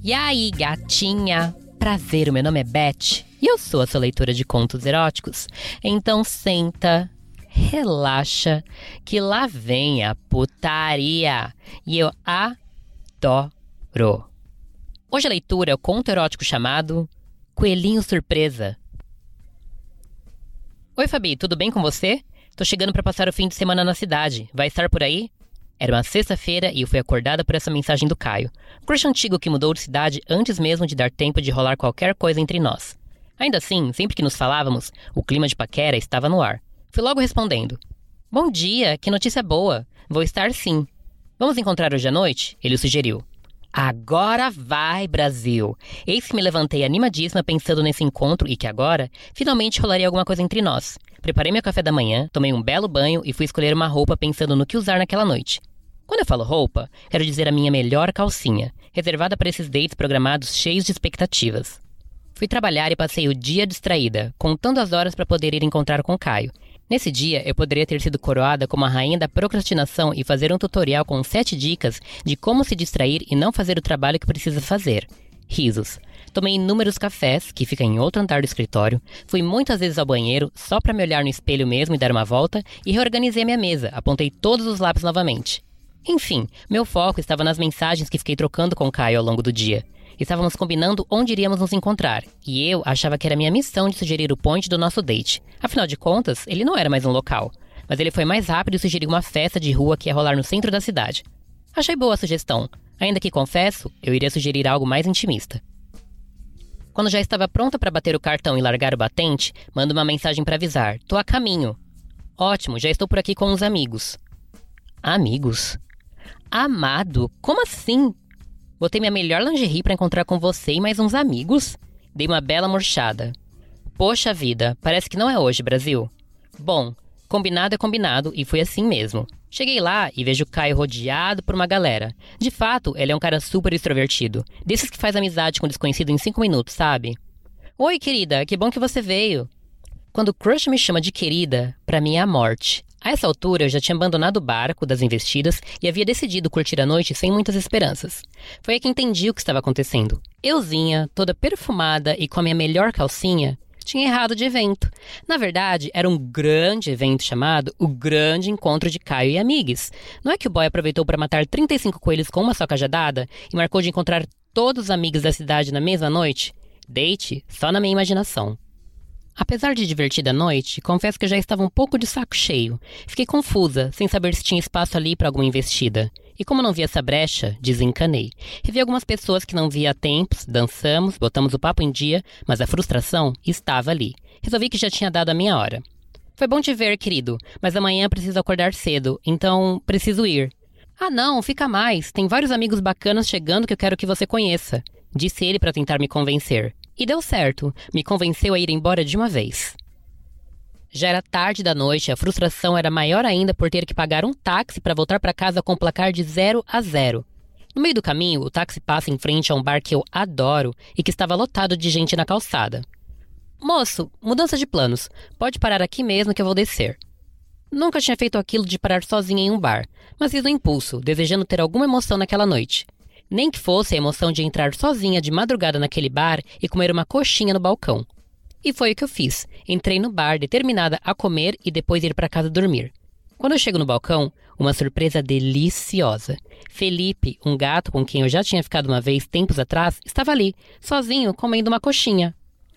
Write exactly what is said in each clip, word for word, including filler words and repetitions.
E aí, gatinha? Prazer, o meu nome é Beth e eu sou a sua leitora de contos eróticos. Então senta, relaxa, que lá vem a putaria. E eu adoro. Hoje a leitura é o conto erótico chamado Coelhinho Surpresa. Oi, Fabi, tudo bem com você? Tô chegando pra passar o fim de semana na cidade. Vai estar por aí? Era uma sexta-feira e eu fui acordada por essa mensagem do Caio. Crush antigo que mudou de cidade antes mesmo de dar tempo de rolar qualquer coisa entre nós. Ainda assim, sempre que nos falávamos, o clima de paquera estava no ar. Fui logo respondendo. Bom dia, que notícia boa. Vou estar sim. Vamos encontrar hoje à noite? Ele sugeriu. Agora vai, Brasil! Eis que me levantei animadíssima pensando nesse encontro e que agora, finalmente rolaria alguma coisa entre nós. Preparei meu café da manhã, tomei um belo banho e fui escolher uma roupa pensando no que usar naquela noite. Quando eu falo roupa, quero dizer a minha melhor calcinha, reservada para esses dates programados cheios de expectativas. Fui trabalhar e passei o dia distraída, contando as horas para poder ir encontrar com Caio. Nesse dia, eu poderia ter sido coroada como a rainha da procrastinação e fazer um tutorial com sete dicas de como se distrair e não fazer o trabalho que precisa fazer. Risos. Tomei inúmeros cafés, que fica em outro andar do escritório, fui muitas vezes ao banheiro, só para me olhar no espelho mesmo e dar uma volta, e reorganizei a minha mesa, apontei todos os lápis novamente. Enfim, meu foco estava nas mensagens que fiquei trocando com Caio ao longo do dia. Estávamos combinando onde iríamos nos encontrar, e eu achava que era minha missão de sugerir o point do nosso date. Afinal de contas, ele não era mais um local, mas ele foi mais rápido e sugeriu uma festa de rua que ia rolar no centro da cidade. Achei boa a sugestão, ainda que, confesso, eu iria sugerir algo mais intimista. Quando já estava pronta para bater o cartão e largar o batente, mando uma mensagem para avisar. Tô a caminho. Ótimo, já estou por aqui com uns amigos. Amigos? Amado? Como assim? Botei minha melhor lingerie para encontrar com você e mais uns amigos? Dei uma bela murchada. Poxa vida, parece que não é hoje, Brasil. Bom, combinado é combinado e foi assim mesmo. Cheguei lá e vejo o Caio rodeado por uma galera. De fato, ele é um cara super extrovertido. Desses que faz amizade com um desconhecido em cinco minutos, sabe? Oi, querida, que bom que você veio. Quando o crush me chama de querida, pra mim é a morte. A essa altura, eu já tinha abandonado o barco das investidas e havia decidido curtir a noite sem muitas esperanças. Foi aí que entendi o que estava acontecendo. Euzinha, toda perfumada e com a minha melhor calcinha, tinha errado de evento. Na verdade, era um grande evento chamado o Grande Encontro de Caio e Amigues. Não é que o boy aproveitou para matar trinta e cinco coelhos com uma só cajadada e marcou de encontrar todos os amigos da cidade na mesma noite? Date só na minha imaginação. Apesar de divertida a noite, confesso que eu já estava um pouco de saco cheio. Fiquei confusa, sem saber se tinha espaço ali para alguma investida. E como não vi essa brecha, desencanei. Revi algumas pessoas que não via há tempos, dançamos, botamos o papo em dia, mas a frustração estava ali. Resolvi que já tinha dado a minha hora. Foi bom te ver, querido, mas amanhã preciso acordar cedo, então preciso ir. Ah não, fica mais, tem vários amigos bacanas chegando que eu quero que você conheça, disse ele para tentar me convencer. E deu certo, me convenceu a ir embora de uma vez. Já era tarde da noite e a frustração era maior ainda por ter que pagar um táxi para voltar para casa com o placar de zero a zero. No meio do caminho, o táxi passa em frente a um bar que eu adoro e que estava lotado de gente na calçada. Moço, mudança de planos, pode parar aqui mesmo que eu vou descer. Nunca tinha feito aquilo de parar sozinha em um bar, mas fiz no impulso, desejando ter alguma emoção naquela noite. Nem que fosse a emoção de entrar sozinha de madrugada naquele bar e comer uma coxinha no balcão. E foi o que eu fiz. Entrei no bar determinada a comer e depois ir para casa dormir. Quando eu chego no balcão, uma surpresa deliciosa. Felipe, um gato com quem eu já tinha ficado uma vez tempos atrás, estava ali, sozinho, comendo uma coxinha.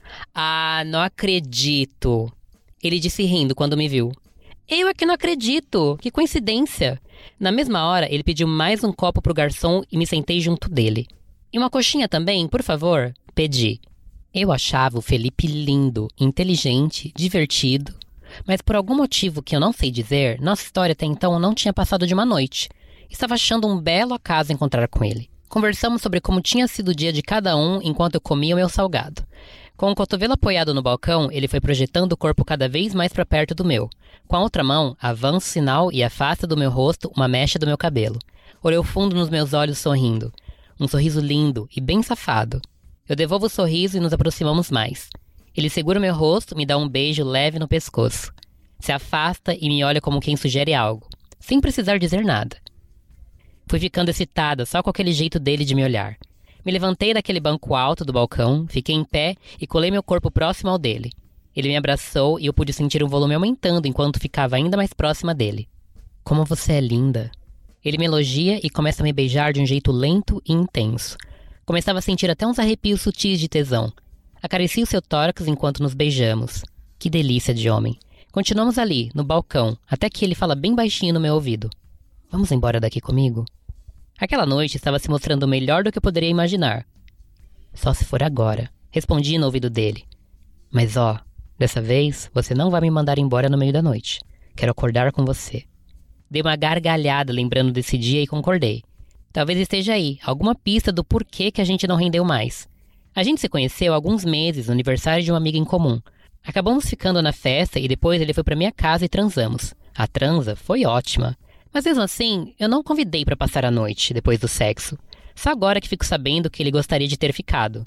Ah, não acredito! Ele disse rindo quando me viu. Eu é que não acredito! Que coincidência! Na mesma hora, ele pediu mais um copo pro garçom e me sentei junto dele. E uma coxinha também, por favor? Pedi. Eu achava o Felipe lindo, inteligente, divertido. Mas por algum motivo que eu não sei dizer, nossa história até então não tinha passado de uma noite. Estava achando um belo acaso encontrar com ele. Conversamos sobre como tinha sido o dia de cada um enquanto eu comia o meu salgado. Com o cotovelo apoiado no balcão, ele foi projetando o corpo cada vez mais para perto do meu. Com a outra mão, avança o sinal e afasta do meu rosto uma mecha do meu cabelo. Olhou fundo nos meus olhos sorrindo. Um sorriso lindo e bem safado. Eu devolvo o sorriso e nos aproximamos mais. Ele segura meu rosto, me dá um beijo leve no pescoço. Se afasta e me olha como quem sugere algo, sem precisar dizer nada. Fui ficando excitada só com aquele jeito dele de me olhar. Me levantei daquele banco alto do balcão, fiquei em pé e colei meu corpo próximo ao dele. Ele me abraçou e eu pude sentir o volume aumentando enquanto ficava ainda mais próxima dele. Como você é linda. Ele me elogia e começa a me beijar de um jeito lento e intenso. Começava a sentir até uns arrepios sutis de tesão. Acaricio seu tórax enquanto nos beijamos. Que delícia de homem. Continuamos ali, no balcão, até que ele fala bem baixinho no meu ouvido. Vamos embora daqui comigo? Aquela noite estava se mostrando melhor do que eu poderia imaginar. Só se for agora, respondi no ouvido dele. Mas ó, dessa vez você não vai me mandar embora no meio da noite. Quero acordar com você. Dei uma gargalhada lembrando desse dia e concordei. Talvez esteja aí, alguma pista do porquê que a gente não rendeu mais. A gente se conheceu há alguns meses no aniversário de uma amiga em comum. Acabamos ficando na festa e depois ele foi pra minha casa e transamos. A transa foi ótima. Mas mesmo assim, eu não o convidei pra passar a noite, depois do sexo. Só agora que fico sabendo que ele gostaria de ter ficado.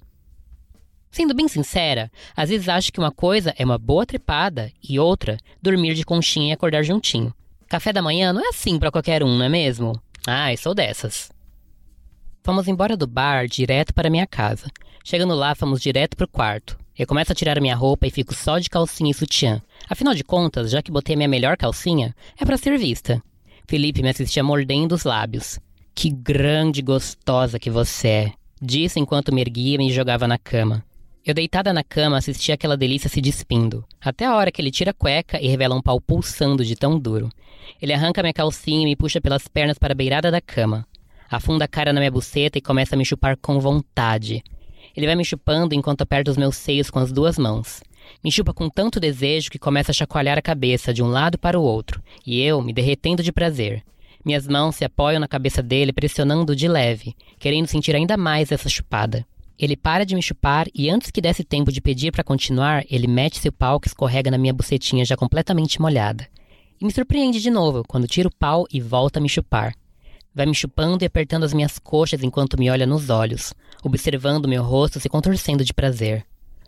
Sendo bem sincera, às vezes acho que uma coisa é uma boa trepada e outra, dormir de conchinha e acordar juntinho. Café da manhã não é assim pra qualquer um, não é mesmo? Ai, sou dessas. Fomos embora do bar direto para minha casa. Chegando lá, fomos direto pro quarto. Eu começo a tirar minha roupa e fico só de calcinha e sutiã. Afinal de contas, já que botei minha melhor calcinha, é pra ser vista. Felipe me assistia mordendo os lábios. Que grande e gostosa que você é, disse enquanto me erguia e me jogava na cama. Eu deitada na cama assistia aquela delícia se despindo, até a hora que ele tira a cueca e revela um pau pulsando de tão duro. Ele arranca minha calcinha e me puxa pelas pernas para a beirada da cama. Afunda a cara na minha buceta e começa a me chupar com vontade. Ele vai me chupando enquanto aperta os meus seios com as duas mãos. Me chupa com tanto desejo que começa a chacoalhar a cabeça de um lado para o outro, e eu me derretendo de prazer. Minhas mãos se apoiam na cabeça dele, pressionando de leve, querendo sentir ainda mais essa chupada. Ele para de me chupar e antes que desse tempo de pedir para continuar, ele mete seu pau que escorrega na minha bucetinha já completamente molhada. E me surpreende de novo, quando tira o pau e volta a me chupar. Vai me chupando e apertando as minhas coxas enquanto me olha nos olhos, observando meu rosto se contorcendo de prazer.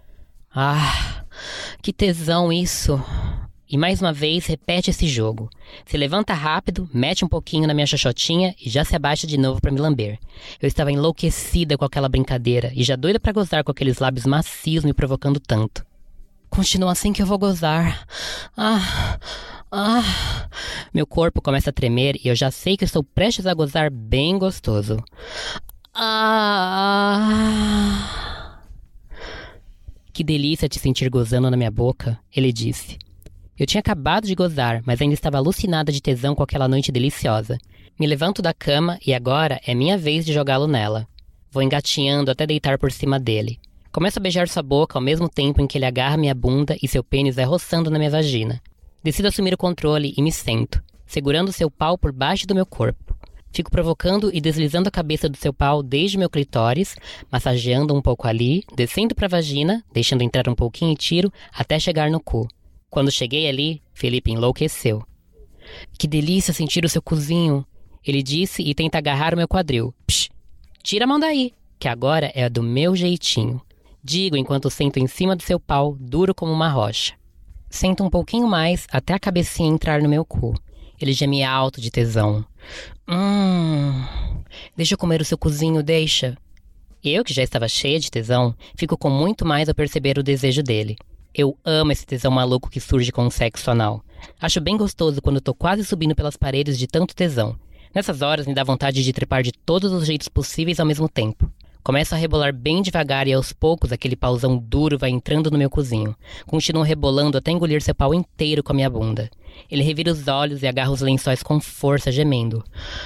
Ah, que tesão isso! E mais uma vez repete esse jogo. Se levanta rápido, mete um pouquinho na minha xoxotinha e já se abaixa de novo para me lamber. Eu estava enlouquecida com aquela brincadeira e já doida para gozar com aqueles lábios macios me provocando tanto. Continua assim que eu vou gozar. Ah, ah. Meu corpo começa a tremer e eu já sei que estou prestes a gozar bem gostoso. Ah. Que delícia te sentir gozando na minha boca, ele disse. Eu tinha acabado de gozar, mas ainda estava alucinada de tesão com aquela noite deliciosa. Me levanto da cama e agora é minha vez de jogá-lo nela. Vou engatinhando até deitar por cima dele. Começo a beijar sua boca ao mesmo tempo em que ele agarra minha bunda e seu pênis vai roçando na minha vagina. Decido assumir o controle e me sento, segurando seu pau por baixo do meu corpo. Fico provocando e deslizando a cabeça do seu pau desde meu clitóris, massageando um pouco ali, descendo para a vagina, deixando entrar um pouquinho e tiro até chegar no cu. Quando cheguei ali, Felipe enlouqueceu. Que delícia sentir o seu cozinho, ele disse e tenta agarrar o meu quadril. Psh, tira a mão daí, que agora é do meu jeitinho. Digo enquanto sento em cima do seu pau, duro como uma rocha. Sento um pouquinho mais até a cabecinha entrar no meu cu. Ele geme alto de tesão. Hum, deixa eu comer o seu cozinho, deixa. Eu, que já estava cheia de tesão, fico com muito mais ao perceber o desejo dele. Eu amo esse tesão maluco que surge com o sexo anal. Acho bem gostoso quando tô quase subindo pelas paredes de tanto tesão. Nessas horas me dá vontade de trepar de todos os jeitos possíveis ao mesmo tempo. Começo a rebolar bem devagar e aos poucos aquele pauzão duro vai entrando no meu cozinho. Continuo rebolando até engolir seu pau inteiro com a minha bunda. Ele revira os olhos e agarra os lençóis com força, gemendo.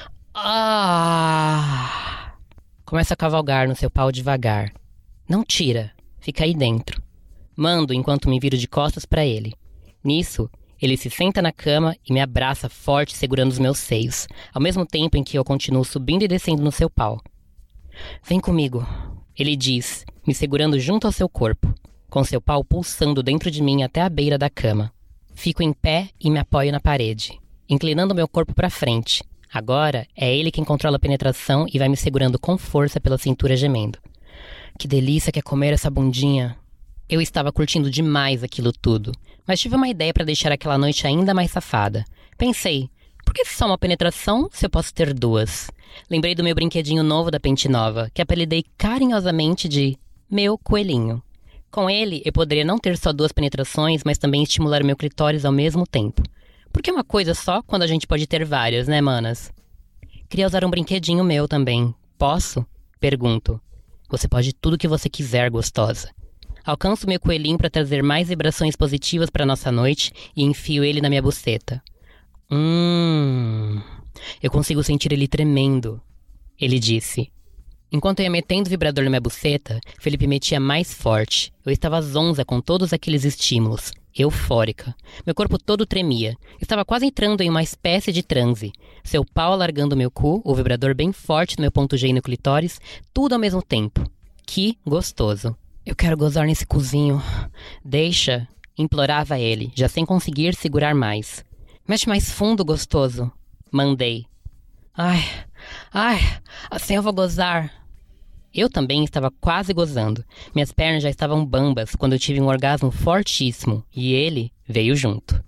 Ah! Começo a cavalgar no seu pau devagar. Não tira, fica aí dentro. Mando enquanto me viro de costas para ele. Nisso, ele se senta na cama e me abraça forte segurando os meus seios, ao mesmo tempo em que eu continuo subindo e descendo no seu pau. Vem comigo, ele diz, me segurando junto ao seu corpo, com seu pau pulsando dentro de mim até a beira da cama. Fico em pé e me apoio na parede, inclinando meu corpo para frente. Agora é ele quem controla a penetração e vai me segurando com força pela cintura gemendo. Que delícia que é comer essa bundinha. Eu estava curtindo demais aquilo tudo, mas tive uma ideia para deixar aquela noite ainda mais safada. Pensei, por que só uma penetração se eu posso ter duas? Lembrei do meu brinquedinho novo da Pente Nova, que apelidei carinhosamente de meu coelhinho. Com ele, eu poderia não ter só duas penetrações, mas também estimular meu clitóris ao mesmo tempo. Por que uma coisa só quando a gente pode ter várias, né, manas? Queria usar um brinquedinho meu também. Posso? Pergunto. Você pode tudo que você quiser, gostosa. Alcanço meu coelhinho para trazer mais vibrações positivas para nossa noite e enfio ele na minha buceta. Hum... Eu consigo sentir ele tremendo, ele disse. Enquanto eu ia metendo o vibrador na minha buceta, Felipe metia mais forte. Eu estava zonza com todos aqueles estímulos, eufórica. Meu corpo todo tremia. Estava quase entrando em uma espécie de transe. Seu pau alargando meu cu, o vibrador bem forte no meu ponto G e no clitóris, tudo ao mesmo tempo. Que gostoso. Eu quero gozar nesse cozinho. Deixa, implorava ele, já sem conseguir segurar mais. Mexe mais fundo, gostoso. Mandei. Ai, ai, assim eu vou gozar. Eu também estava quase gozando. Minhas pernas já estavam bambas quando eu tive um orgasmo fortíssimo e ele veio junto.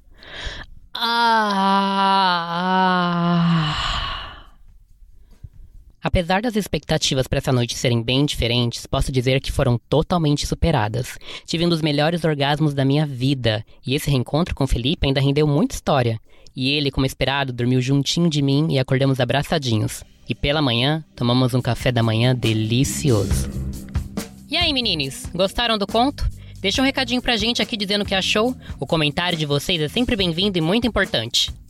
Ah! Apesar das expectativas para essa noite serem bem diferentes, posso dizer que foram totalmente superadas. Tive um dos melhores orgasmos da minha vida e esse reencontro com Felipe ainda rendeu muita história. E ele, como esperado, dormiu juntinho de mim e acordamos abraçadinhos. E pela manhã, tomamos um café da manhã delicioso. E aí, meninos? Gostaram do conto? Deixa um recadinho pra gente aqui dizendo o que achou. O comentário de vocês é sempre bem-vindo e muito importante.